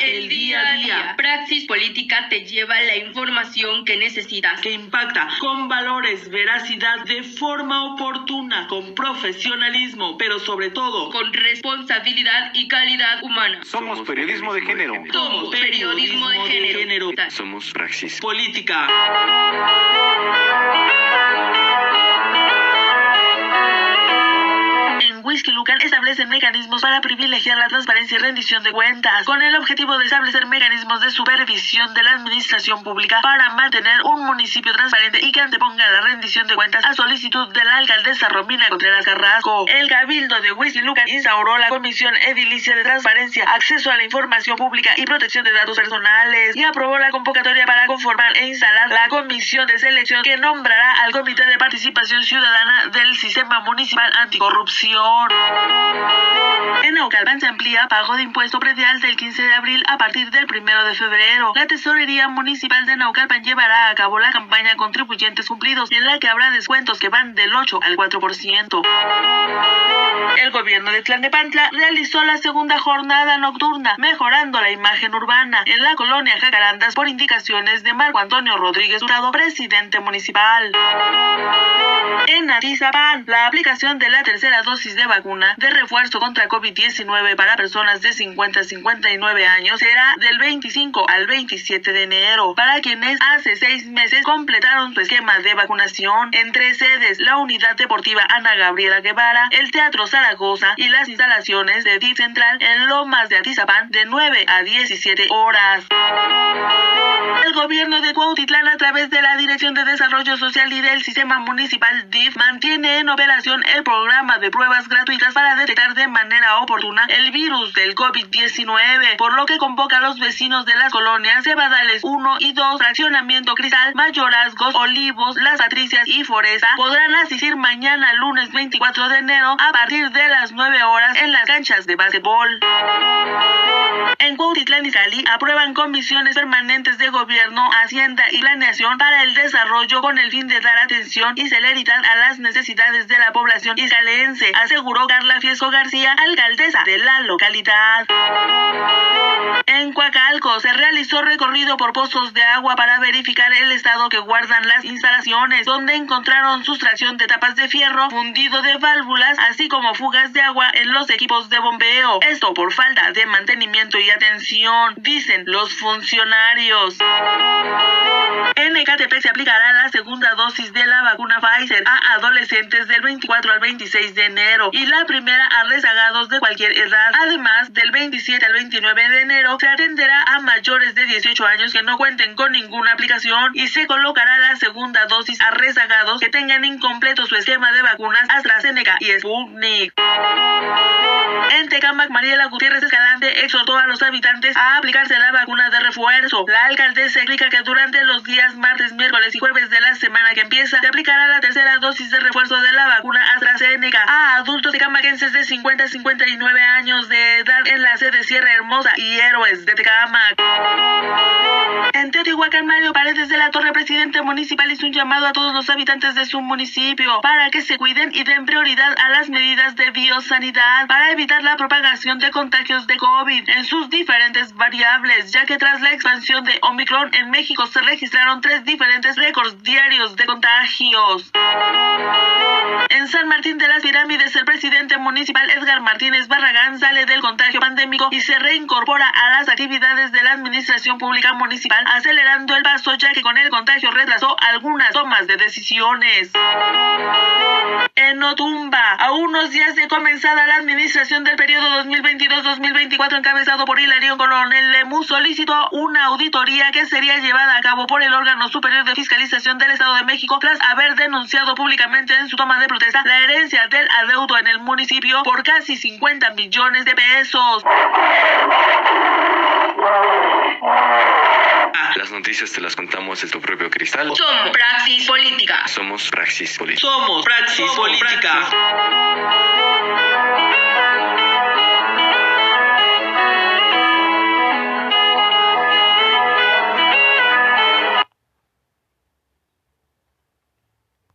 el día a día. Praxis Política te lleva la información que necesitas, que impacta con valores, veracidad, de forma oportuna, con profesionalismo, pero sobre todo con responsabilidad y calidad humana. Somos periodismo de género. Somos periodismo de género. Somos Praxis Política. Whisky Lucan establecen mecanismos para privilegiar la transparencia y rendición de cuentas, con el objetivo de establecer mecanismos de supervisión de la administración pública para mantener un municipio transparente y que anteponga la rendición de cuentas a solicitud de la alcaldesa Romina Contreras Carrasco. El Cabildo de Whisky Lucan instauró la Comisión Edilicia de Transparencia, Acceso a la Información Pública y Protección de Datos Personales y aprobó la convocatoria para conformar e instalar la comisión de selección que nombrará al Comité de Participación Ciudadana del Sistema Municipal Anticorrupción. En Naucalpan se amplía pago de impuesto predial del 15 de abril a partir del 1 de febrero. La Tesorería Municipal de Naucalpan llevará a cabo la campaña Contribuyentes Cumplidos, en la que habrá descuentos que van del 8 al 4%. El gobierno de Tlalnepantla realizó la segunda jornada nocturna, mejorando la imagen urbana en la colonia Jacarandas por indicaciones de Marco Antonio Rodríguez Hurtado, presidente municipal. En Atizapán, la aplicación de la tercera dosis de vacuna de refuerzo contra COVID-19 para personas de 50 a 59 años será del 25 al 27 de enero. Para quienes hace 6 meses completaron su esquema de vacunación en 3 sedes, la Unidad Deportiva Ana Gabriela Guevara, el Teatro Zaragoza y las instalaciones de DIF Central en Lomas de Atizapán de 9 a 17 horas. El gobierno de Cuautitlán, a través de la Dirección de Desarrollo Social y del Sistema Municipal DIF, mantiene en operación el programa de pruebas gratuitas para detectar de manera oportuna el virus del COVID-19, por lo que convoca a los vecinos de las colonias Cebadales 1 y 2, Fraccionamiento Cristal, Mayorazgos, Olivos, Las Patricias y Foreza. Podrán asistir mañana, lunes 24 de enero, a partir de las 9 horas en las canchas de básquetbol. En Cuautitlán Izcalli aprueban comisiones permanentes de gobierno, hacienda y planeación para el desarrollo con el fin de dar atención y celeridad a las necesidades de la población izcalense, aseguró Carla Fiesco García, alcaldesa de la localidad. En Coacalco se realizó recorrido por pozos de agua para verificar el estado que guardan las instalaciones, donde encontraron sustracción de tapas de fierro, fundido de válvulas, así como fugas de agua en los equipos de bombeo. Esto por falta de mantenimiento y atención, dicen los funcionarios. En Ecatepec se aplicará la segunda dosis de la vacuna Pfizer a adolescentes del 24 al 26 de enero y la primera a rezagados de cualquier edad. Además, del 27 al 29 de enero se atenderá a mayores de 18 años que no cuenten con ninguna aplicación y se colocará la segunda dosis a rezagados que tengan incompleto su esquema de vacunas AstraZeneca y Sputnik. En Tecámac, Mariela Gutiérrez Escalante exhortó a los habitantes a aplicarse la vacuna de refuerzo. La alcaldesa explica que durante los días martes, miércoles y jueves de la semana que empieza, se aplicará la tercera dosis de refuerzo de la vacuna AstraZeneca a adultos tecamaquenses de 50 a 59 años de edad en la sede Sierra Hermosa y Héroes de Tecámac. En Teotihuacán, Mario Paredes de la Torre, presidente municipal, hizo un llamado a todos los habitantes de su municipio para que se cuiden y den prioridad a las medidas de biosanidad para evitar la propagación de contagios de COVID en sus diferentes variables, ya que tras la expansión de Omicron en México se registraron 3 diferentes récords diarios de contagios. En San Martín de las Pirámides, el presidente municipal Edgar Martínez Barragán sale del contagio pandémico y se reincorpora a las actividades de la administración pública municipal, acelerando el paso ya que con el contagio retrasó algunas tomas de decisiones. En Otumba, a unos días de comenzada la administración del periodo 2022-2024 encabezado por Hilarión Coronel Lemus, solicitó una auditoría que sería llevada a cabo por el órgano superior de fiscalización del Estado de México tras haber denunciado públicamente en su toma de protesta la herencia del adeudo en el municipio por casi 50 millones de pesos. Las noticias te las contamos de tu propio cristal. Somos Praxis Política. Somos Praxis Política. Somos Praxis Política.